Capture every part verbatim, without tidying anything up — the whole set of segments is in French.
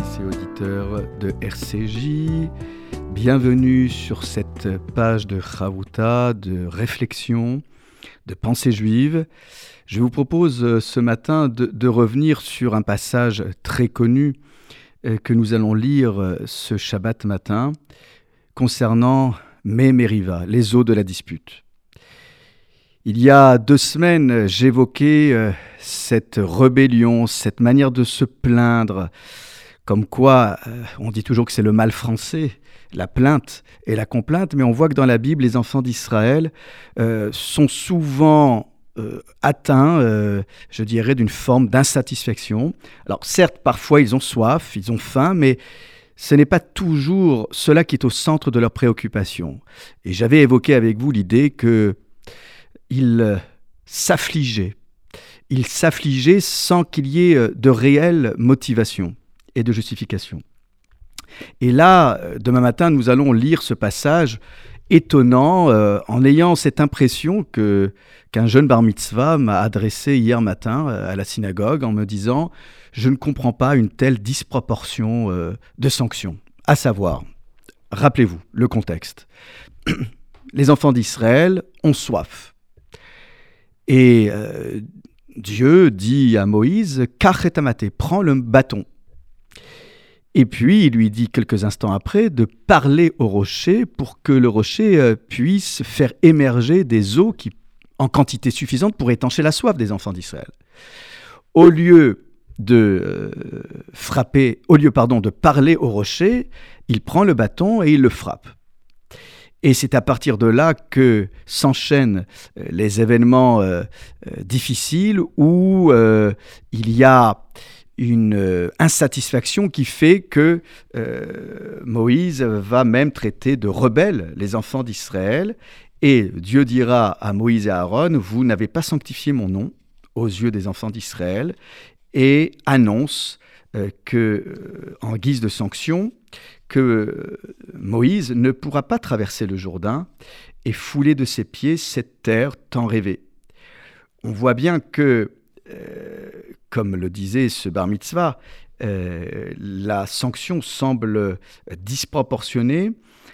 auditrices et auditeurs de R C J. Bienvenue sur cette page de Chavouta, de réflexion, de pensée juive. Je vous propose ce matin de, de revenir sur un passage très connu euh, que nous allons lire ce Shabbat matin concernant Mé Meriva, les eaux de la dispute. Il y a deux semaines, j'évoquais euh, cette rébellion, cette manière de se plaindre, comme quoi euh, on dit toujours que c'est le mal français, la plainte et la complainte, mais on voit que dans la Bible, les enfants d'Israël euh, sont souvent euh, atteints, euh, je dirais, d'une forme d'insatisfaction. Alors certes, parfois ils ont soif, ils ont faim, mais ce n'est pas toujours cela qui est au centre de leurs préoccupations. Et j'avais évoqué avec vous l'idée que ils s'affligeaient. Ils s'affligeaient sans qu'il y ait de réelle motivation et de justification. Et là, demain matin, nous allons lire ce passage étonnant euh, en ayant cette impression que, qu'un jeune bar mitzvah m'a adressé hier matin euh, à la synagogue en me disant « Je ne comprends pas une telle disproportion euh, de sanctions. » À savoir, rappelez-vous le contexte. Les enfants d'Israël ont soif. Et euh, Dieu dit à Moïse « Kach et amate » prends le bâton. Et puis, il lui dit quelques instants après de parler au rocher pour que le rocher euh, puisse faire émerger des eaux qui, en quantité suffisante pour étancher la soif des enfants d'Israël. Au lieu de euh, frapper, au lieu pardon, de parler au rocher, il prend le bâton et il le frappe. Et c'est à partir de là que s'enchaînent les événements euh, euh, difficiles où euh, il y a une euh, insatisfaction qui fait que euh, Moïse va même traiter de rebelles les enfants d'Israël. Et Dieu dira à Moïse et à Aaron, « Vous n'avez pas sanctifié mon nom aux yeux des enfants d'Israël » et annonce euh, que, euh, en guise de sanction, que Moïse ne pourra pas traverser le Jourdain et fouler de ses pieds cette terre tant rêvée. On voit bien que, euh, comme le disait ce bar mitzvah, euh, la sanction semble disproportionnée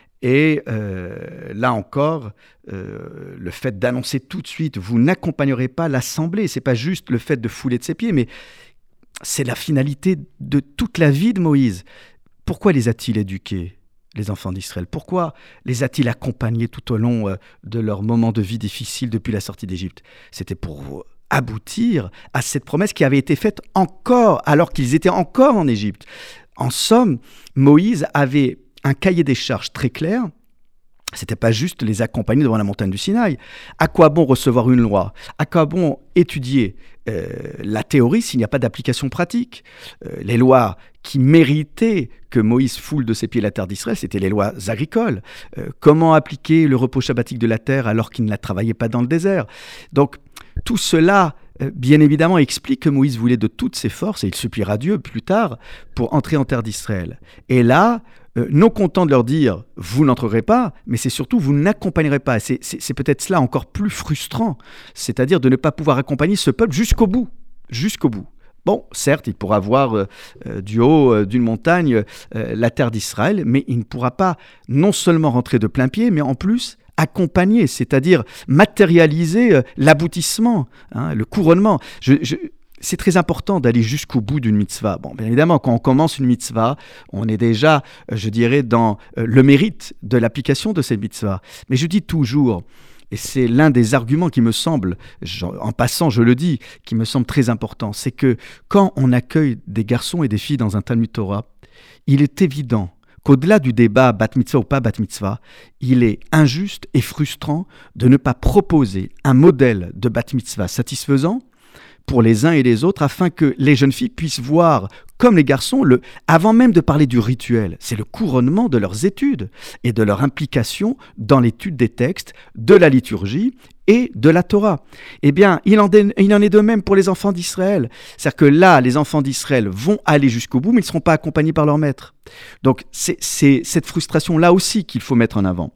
et euh, là encore, euh, le fait d'annoncer tout de suite « vous n'accompagnerez pas l'assemblée », c'est pas juste le fait de fouler de ses pieds, mais c'est la finalité de toute la vie de Moïse. Pourquoi les a-t-il éduqués, les enfants d'Israël ? Pourquoi les a-t-il accompagnés tout au long de leur moment de vie difficile depuis la sortie d'Égypte ? C'était pour aboutir à cette promesse qui avait été faite encore, alors qu'ils étaient encore en Égypte. En somme, Moïse avait un cahier des charges très clair. C'était pas juste les accompagner devant la montagne du Sinaï. À quoi bon recevoir une loi ? À quoi bon étudier euh, la théorie s'il n'y a pas d'application pratique ? euh, Les lois qui méritaient que Moïse foule de ses pieds la terre d'Israël, c'était les lois agricoles. Euh, comment appliquer le repos shabbatique de la terre alors qu'il ne la travaillait pas dans le désert ? Donc, tout cela, euh, bien évidemment, explique que Moïse voulait de toutes ses forces, et il suppliera Dieu plus tard, pour entrer en terre d'Israël. Et là, Euh, non content de leur dire « vous n'entrerez pas », mais c'est surtout « vous n'accompagnerez pas ». C'est, c'est, c'est peut-être cela encore plus frustrant, c'est-à-dire de ne pas pouvoir accompagner ce peuple jusqu'au bout, jusqu'au bout. Bon, certes, il pourra voir euh, euh, du haut euh, d'une montagne euh, la terre d'Israël, mais il ne pourra pas non seulement rentrer de plein pied, mais en plus accompagner, c'est-à-dire matérialiser euh, l'aboutissement, hein, le couronnement. Je... je C'est très important d'aller jusqu'au bout d'une mitzvah. Bon, bien évidemment, quand on commence une mitzvah, on est déjà, je dirais, dans le mérite de l'application de cette mitzvah. Mais je dis toujours, et c'est l'un des arguments qui me semble, en passant je le dis, qui me semble très important, c'est que quand on accueille des garçons et des filles dans un Talmud Torah, il est évident qu'au-delà du débat bat mitzvah ou pas bat mitzvah, il est injuste et frustrant de ne pas proposer un modèle de bat mitzvah satisfaisant pour les uns et les autres, afin que les jeunes filles puissent voir, comme les garçons, le, avant même de parler du rituel, c'est le couronnement de leurs études et de leur implication dans l'étude des textes, de la liturgie et de la Torah. Eh bien, il en, de, il en est de même pour les enfants d'Israël. C'est-à-dire que là, les enfants d'Israël vont aller jusqu'au bout, mais ils ne seront pas accompagnés par leur maître. Donc, c'est, c'est cette frustration-là aussi qu'il faut mettre en avant.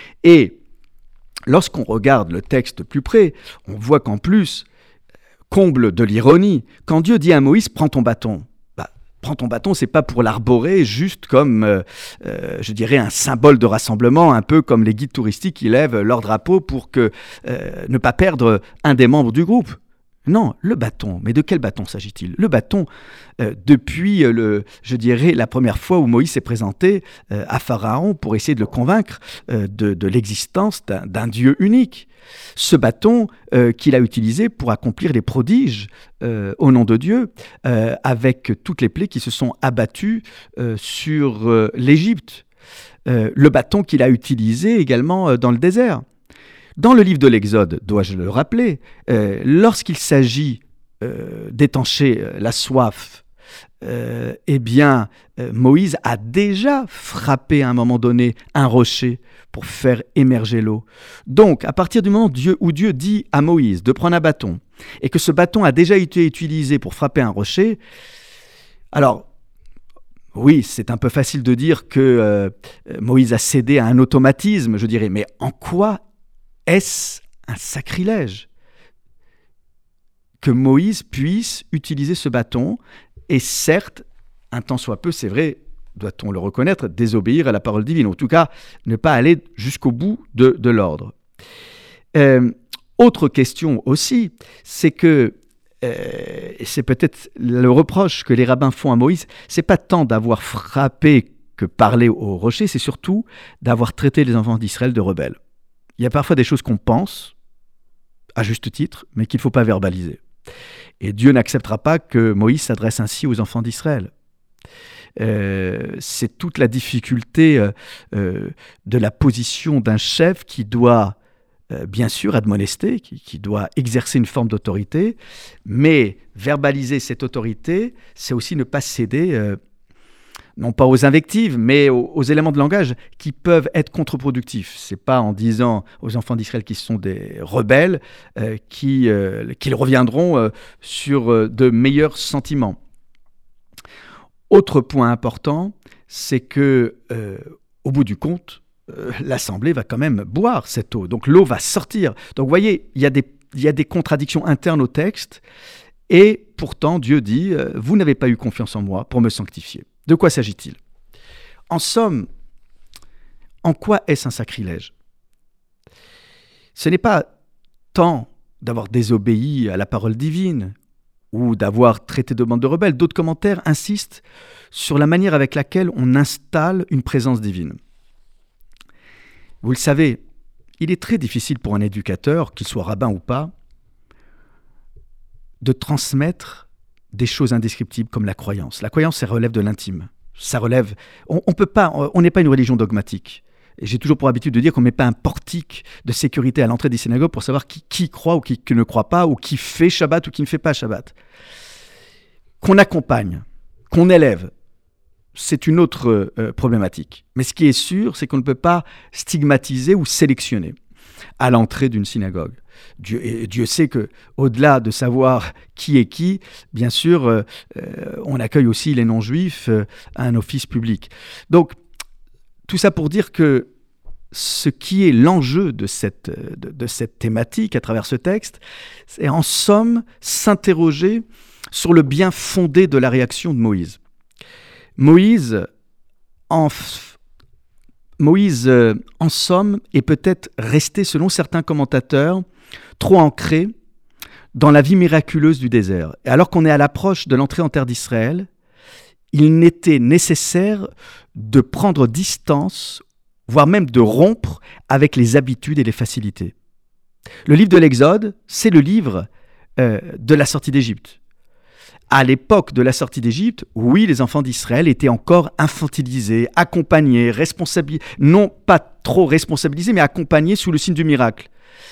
Et lorsqu'on regarde le texte de plus près, on voit qu'en plus, comble de l'ironie, quand Dieu dit à Moïse « prends ton bâton », bah, Prends ton bâton, c'est pas pour l'arborer juste comme, euh, euh, je dirais, un symbole de rassemblement, un peu comme les guides touristiques qui lèvent leur drapeau pour que, euh, ne pas perdre un des membres du groupe. Non, le bâton. Mais de quel bâton s'agit-il ? Le bâton, euh, depuis, le, je dirais, la première fois où Moïse s'est présenté euh, à Pharaon pour essayer de le convaincre euh, de, de l'existence d'un, d'un Dieu unique. Ce bâton euh, qu'il a utilisé pour accomplir les prodiges euh, au nom de Dieu, euh, avec toutes les plaies qui se sont abattues euh, sur euh, l'Égypte. Euh, le bâton qu'il a utilisé également euh, dans le désert. Dans le livre de l'Exode, dois-je le rappeler, euh, lorsqu'il s'agit euh, d'étancher euh, la soif, euh, eh bien, euh, Moïse a déjà frappé à un moment donné un rocher pour faire émerger l'eau. Donc, à partir du moment Dieu, où Dieu dit à Moïse de prendre un bâton, et que ce bâton a déjà été utilisé pour frapper un rocher, alors, oui, c'est un peu facile de dire que euh, Moïse a cédé à un automatisme, je dirais, mais en quoi est-ce un sacrilège que Moïse puisse utiliser ce bâton et certes, un tant soit peu, c'est vrai, doit-on le reconnaître, désobéir à la parole divine, en tout cas, ne pas aller jusqu'au bout de, de l'ordre. Euh, autre question aussi, c'est que, euh, et c'est peut-être le reproche que les rabbins font à Moïse, c'est pas tant d'avoir frappé que parler au rocher, c'est surtout d'avoir traité les enfants d'Israël de rebelles. Il y a parfois des choses qu'on pense, à juste titre, mais qu'il ne faut pas verbaliser. Et Dieu n'acceptera pas que Moïse s'adresse ainsi aux enfants d'Israël. Euh, c'est toute la difficulté euh, euh, de la position d'un chef qui doit, euh, bien sûr, admonester, qui, qui doit exercer une forme d'autorité, mais verbaliser cette autorité, c'est aussi ne pas céder euh, non pas aux invectives, mais aux, aux éléments de langage qui peuvent être contre-productifs. Ce n'est pas en disant aux enfants d'Israël qu'ils sont des rebelles euh, qui, euh, qu'ils reviendront euh, sur euh, de meilleurs sentiments. Autre point important, c'est que euh, au bout du compte, euh, l'Assemblée va quand même boire cette eau. Donc l'eau va sortir. Donc vous voyez, il y a des, il y a des contradictions internes au texte, et pourtant Dieu dit euh, « Vous n'avez pas eu confiance en moi pour me sanctifier ». De quoi s'agit-il ? En somme, en quoi est-ce un sacrilège ? Ce n'est pas tant d'avoir désobéi à la parole divine ou d'avoir traité de bande de rebelles. D'autres commentaires insistent sur la manière avec laquelle on installe une présence divine. Vous le savez, il est très difficile pour un éducateur, qu'il soit rabbin ou pas, de transmettre des choses indescriptibles comme la croyance. La croyance, ça relève de l'intime. Ça relève... On, on peut pas... On n'est pas une religion dogmatique. Et j'ai toujours pour habitude de dire qu'on ne met pas un portique de sécurité à l'entrée des synagogues pour savoir qui, qui croit ou qui, qui ne croit pas, ou qui fait Shabbat ou qui ne fait pas Shabbat. Qu'on accompagne, qu'on élève, c'est une autre euh, problématique. Mais ce qui est sûr, c'est qu'on ne peut pas stigmatiser ou sélectionner à l'entrée d'une synagogue. Dieu, et Dieu sait qu'au-delà de savoir qui est qui, bien sûr, euh, euh, on accueille aussi les non-juifs euh, à un office public. Donc, tout ça pour dire que ce qui est l'enjeu de cette, de, de cette thématique à travers ce texte, c'est en somme s'interroger sur le bien fondé de la réaction de Moïse. Moïse, en, Moïse, euh, en somme, est peut-être resté, selon certains commentateurs, trop ancré dans la vie miraculeuse du désert. Et alors qu'on est à l'approche de l'entrée en terre d'Israël, il n'était nécessaire de prendre distance, voire même de rompre avec les habitudes et les facilités. Le livre de l'Exode, c'est le livre euh, de la sortie d'Égypte. À l'époque de la sortie d'Égypte, oui, les enfants d'Israël étaient encore infantilisés, accompagnés, responsabilisés, non pas trop responsabilisés, mais accompagnés sous le signe du miracle.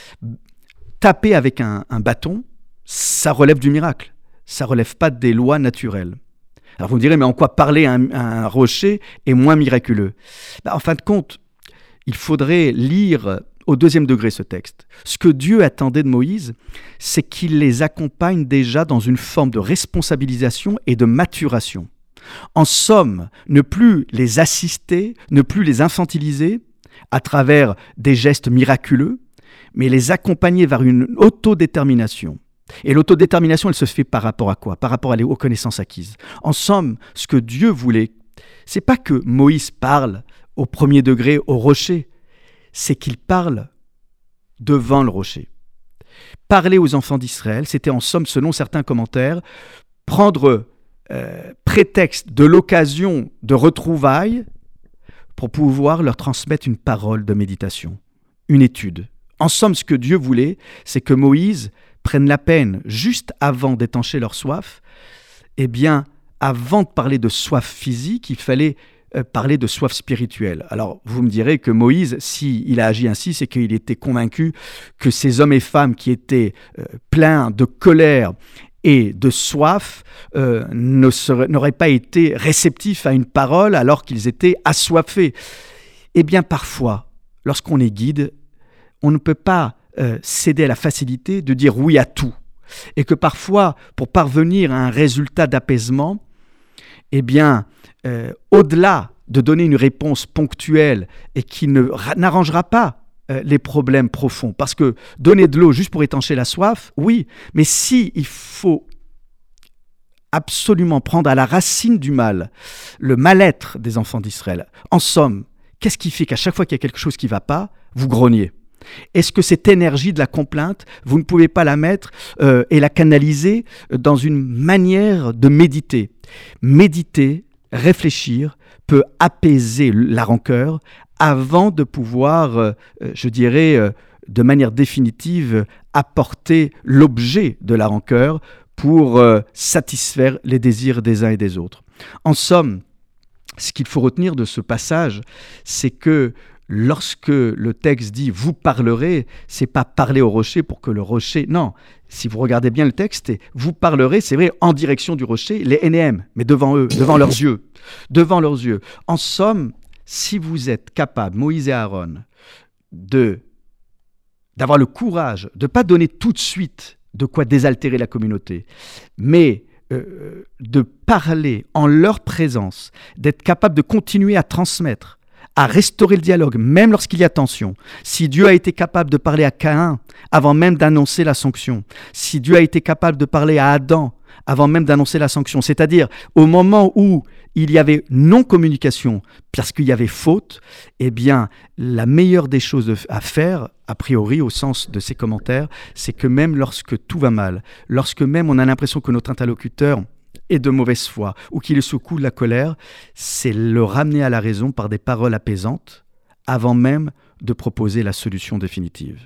Taper avec un, un bâton, ça relève du miracle, ça ne relève pas des lois naturelles. Alors vous me direz, mais en quoi parler à un, à un rocher est moins miraculeux ? Ben, en fin de compte, il faudrait lire au deuxième degré ce texte. Ce que Dieu attendait de Moïse, c'est qu'il les accompagne déjà dans une forme de responsabilisation et de maturation. En somme, ne plus les assister, ne plus les infantiliser à travers des gestes miraculeux, mais les accompagner vers une autodétermination. Et l'autodétermination, elle se fait par rapport à quoi? Par rapport aux connaissances acquises. En somme, ce que Dieu voulait, c'est pas que Moïse parle au premier degré au rocher, c'est qu'il parle devant le rocher. Parler aux enfants d'Israël, c'était en somme, selon certains commentaires, prendre euh, prétexte de l'occasion de retrouvailles pour pouvoir leur transmettre une parole de méditation, une étude. En somme, ce que Dieu voulait, c'est que Moïse prenne la peine, juste avant d'étancher leur soif, eh bien, avant de parler de soif physique, il fallait euh, parler de soif spirituelle. Alors, vous me direz que Moïse, s'il a agi ainsi, c'est qu'il était convaincu que ces hommes et femmes qui étaient euh, pleins de colère et de soif euh, ne seraient, n'auraient pas été réceptifs à une parole alors qu'ils étaient assoiffés. Eh bien, parfois, lorsqu'on est guide, on ne peut pas euh, céder à la facilité de dire oui à tout. Et que parfois, pour parvenir à un résultat d'apaisement, eh bien, euh, au-delà de donner une réponse ponctuelle et qui ne, n'arrangera pas euh, les problèmes profonds, parce que donner de l'eau juste pour étancher la soif, oui, mais si il faut absolument prendre à la racine du mal le mal-être des enfants d'Israël, en somme, qu'est-ce qui fait qu'à chaque fois qu'il y a quelque chose qui ne va pas, vous grognez? Est-ce que cette énergie de la complainte, vous ne pouvez pas la mettre euh, et la canaliser dans une manière de méditer? Méditer, réfléchir, peut apaiser la rancœur avant de pouvoir, euh, je dirais, euh, de manière définitive, apporter l'objet de la rancœur pour euh, satisfaire les désirs des uns et des autres. En somme, ce qu'il faut retenir de ce passage, c'est que lorsque le texte dit « vous parlerez », c'est pas parler au rocher pour que le rocher... Non, si vous regardez bien le texte, « vous parlerez », c'est vrai, en direction du rocher, les Énéem, mais devant eux, devant leurs yeux. Devant leurs yeux. En somme, si vous êtes capable, Moïse et Aaron, de, d'avoir le courage de ne pas donner tout de suite de quoi désaltérer la communauté, mais euh, de parler en leur présence, d'être capable de continuer à transmettre, à restaurer le dialogue, même lorsqu'il y a tension. Si Dieu a été capable de parler à Caïn avant même d'annoncer la sanction, si Dieu a été capable de parler à Adam avant même d'annoncer la sanction, c'est-à-dire au moment où il y avait non-communication parce qu'il y avait faute, eh bien, la meilleure des choses à faire, a priori, au sens de ces commentaires, c'est que même lorsque tout va mal, lorsque même on a l'impression que notre interlocuteur et de mauvaise foi, ou qu'il est sous le coup de la colère, c'est le ramener à la raison par des paroles apaisantes, avant même de proposer la solution définitive.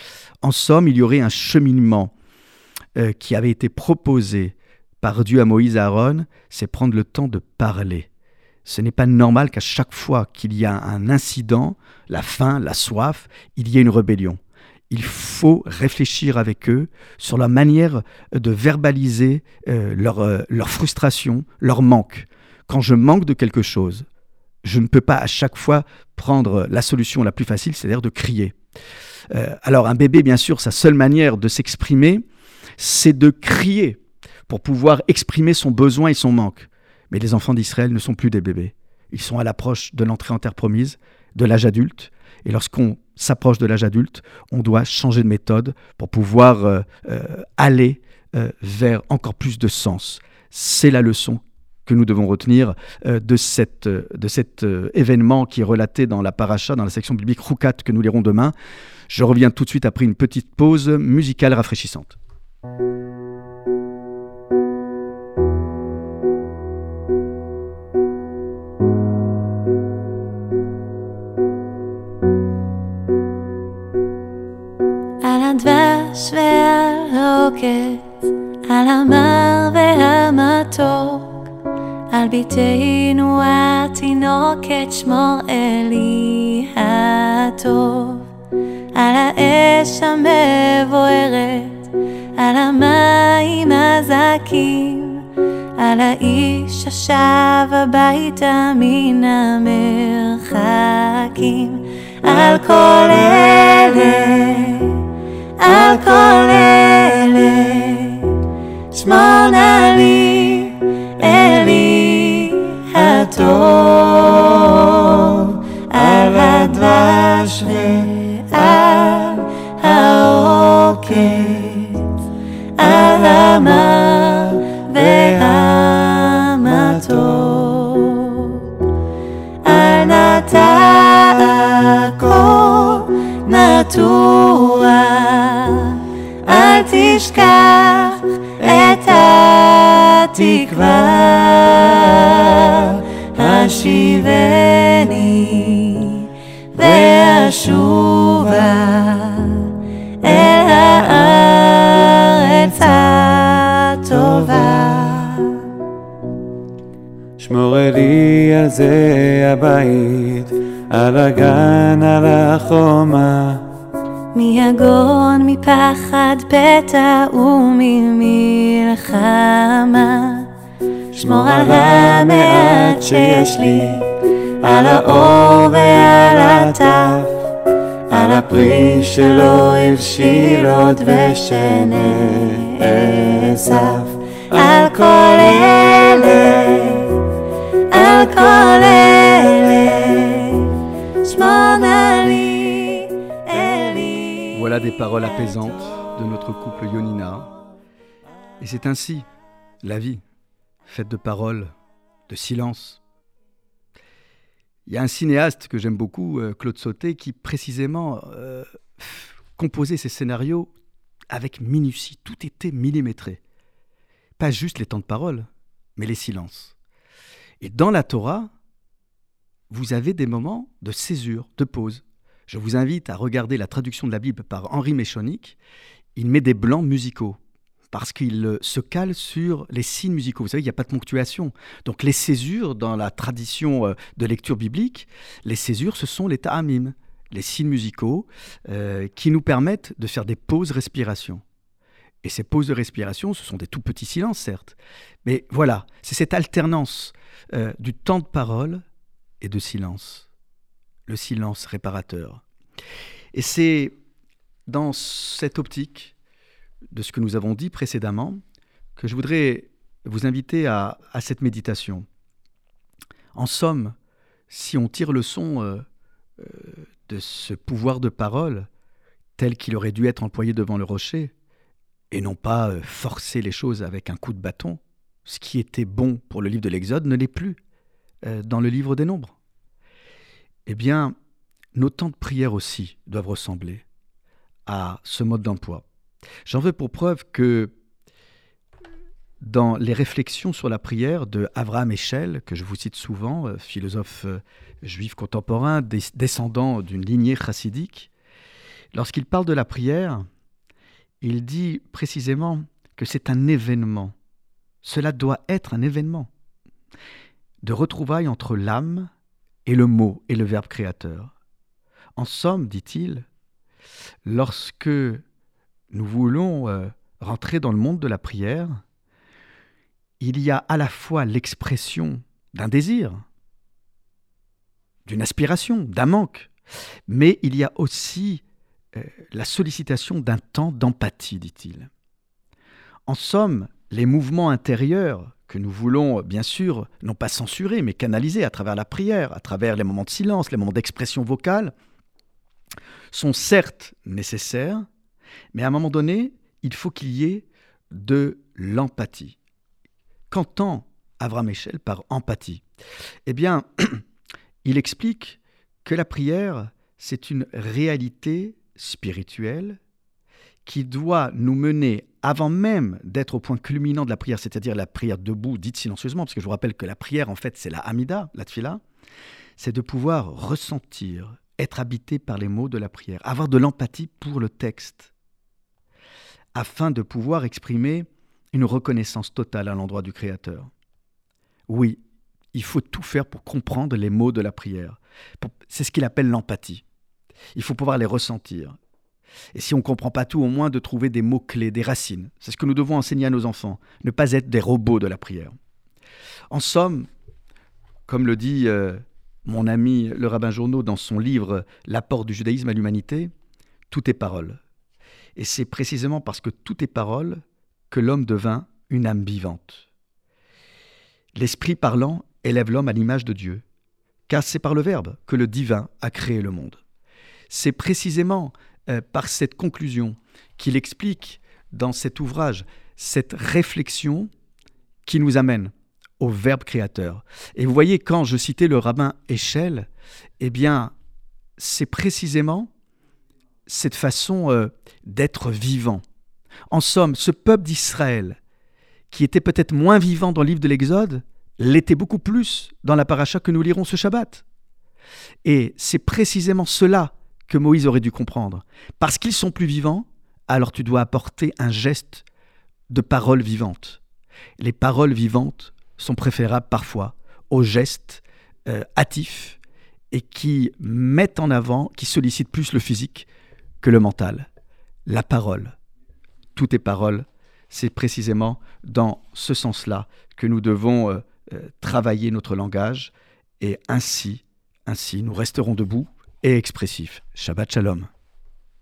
En somme, il y aurait un cheminement euh, qui avait été proposé par Dieu à Moïse et à Aaron, c'est prendre le temps de parler. Ce n'est pas normal qu'à chaque fois qu'il y a un incident, la faim, la soif, il y ait une rébellion. Il faut réfléchir avec eux sur la manière de verbaliser euh, leur, euh, leur frustration, leur manque. Quand je manque de quelque chose, je ne peux pas à chaque fois prendre la solution la plus facile, c'est-à-dire de crier. Euh, alors un bébé, bien sûr, sa seule manière de s'exprimer, c'est de crier pour pouvoir exprimer son besoin et son manque. Mais les enfants d'Israël ne sont plus des bébés. Ils sont à l'approche de l'entrée en terre promise, de l'âge adulte. Et lorsqu'on s'approche de l'âge adulte, on doit changer de méthode pour pouvoir euh, euh, aller euh, vers encore plus de sens. C'est la leçon que nous devons retenir euh, de, cette, de cet euh, événement qui est relaté dans la paracha, dans la section biblique Roukat que nous lirons demain. Je reviens tout de suite après une petite pause musicale rafraîchissante. הדבש ועל העוקץ, על המר והמתוק, על ביתנו התינוקת שמור אלי הטוב, על האש המבוערת, על המים הזכים, על האיש השב הביתה מן המרחקים, על כל אלה על כל אלה שמור נא לי אלי הטוב, על הדבש ועל העוקץ, על המר והמתוק. אל נא תעקור נטוע, אל תשכח את התקווה. השיבני ואשובה אל הארץ הטובה. שמור לי על זה הבית, על הגן, על החומה, מיגון, מפחד, פתע וממלחמה. שמור על המעט שיש לי, על האור ועל הטף, על הפרי שלא הבשיל עוד ושנאסף. על כל אלה, על כל אלה, שמור נא לי אלי. Voilà des paroles apaisantes de notre couple Yonina. Et c'est ainsi la vie, faite de paroles, de silence. Il y a un cinéaste que j'aime beaucoup, Claude Sautet, qui précisément euh, composait ses scénarios avec minutie. Tout était millimétré. Pas juste les temps de parole, mais les silences. Et dans la Torah, vous avez des moments de césure, de pause. Je vous invite à regarder la traduction de la Bible par Henri Méchonic. Il met des blancs musicaux parce qu'il se cale sur les signes musicaux. Vous savez, il n'y a pas de ponctuation. Donc les césures, dans la tradition de lecture biblique, les césures, ce sont les ta'amim, les signes musicaux euh, qui nous permettent de faire des pauses respiration. Et ces pauses de respiration, ce sont des tout petits silences, certes. Mais voilà, c'est cette alternance euh, du temps de parole et de silence. Le silence réparateur. Et c'est dans cette optique de ce que nous avons dit précédemment que je voudrais vous inviter à, à cette méditation. En somme, si on tire le son euh, euh, de ce pouvoir de parole tel qu'il aurait dû être employé devant le rocher, et non pas euh, forcer les choses avec un coup de bâton, ce qui était bon pour le livre de l'Exode ne l'est plus euh, dans le livre des Nombres. Eh bien, nos temps de prière aussi doivent ressembler à ce mode d'emploi. J'en veux pour preuve que dans les réflexions sur la prière de Avraham Heschel, que je vous cite souvent, euh, philosophe euh, juif contemporain, des, descendant d'une lignée chassidique, lorsqu'il parle de la prière, il dit précisément que c'est un événement. Cela doit être un événement de retrouvailles entre l'âme et le mot et le verbe créateur. En somme, dit-il, lorsque nous voulons euh, rentrer dans le monde de la prière, il y a à la fois l'expression d'un désir, d'une aspiration, d'un manque, mais il y a aussi euh, la sollicitation d'un temps d'empathie, dit-il. En somme, les mouvements intérieurs que nous voulons, bien sûr, non pas censurer, mais canaliser à travers la prière, à travers les moments de silence, les moments d'expression vocale, sont certes nécessaires, mais à un moment donné, il faut qu'il y ait de l'empathie. Qu'entend Avraham Heschel par empathie ? Eh bien, il explique que la prière, c'est une réalité spirituelle qui doit nous mener, avant même d'être au point culminant de la prière, c'est-à-dire la prière debout, dite silencieusement, parce que je vous rappelle que la prière, en fait, c'est la Hamida, la Tfila, c'est de pouvoir ressentir, être habité par les mots de la prière, avoir de l'empathie pour le texte, afin de pouvoir exprimer une reconnaissance totale à l'endroit du Créateur. Oui, il faut tout faire pour comprendre les mots de la prière. C'est ce qu'il appelle l'empathie. Il faut pouvoir les ressentir. Et si on ne comprend pas tout, au moins de trouver des mots-clés, des racines. C'est ce que nous devons enseigner à nos enfants, ne pas être des robots de la prière. En somme, comme le dit euh, mon ami le rabbin Journeau dans son livre « L'apport du judaïsme à l'humanité », tout est parole. Et c'est précisément parce que tout est parole que l'homme devint une âme vivante. L'esprit parlant élève l'homme à l'image de Dieu, car c'est par le Verbe que le divin a créé le monde. C'est précisément euh, par cette conclusion qu'il explique dans cet ouvrage cette réflexion qui nous amène au Verbe créateur. Et vous voyez, quand je citais le rabbin Heschel, eh bien, c'est précisément cette façon euh, d'être vivant. En somme, ce peuple d'Israël, qui était peut-être moins vivant dans le livre de l'Exode, l'était beaucoup plus dans la paracha que nous lirons ce Shabbat. Et c'est précisément cela que Moïse aurait dû comprendre. Parce qu'ils sont plus vivants, alors tu dois apporter un geste de parole vivante. Les paroles vivantes sont préférables parfois aux gestes euh, hâtifs et qui mettent en avant, qui sollicitent plus le physique que le mental. La parole, tout est parole, c'est précisément dans ce sens-là que nous devons euh, euh, travailler notre langage et ainsi, ainsi nous resterons debout et expressifs. Shabbat Shalom.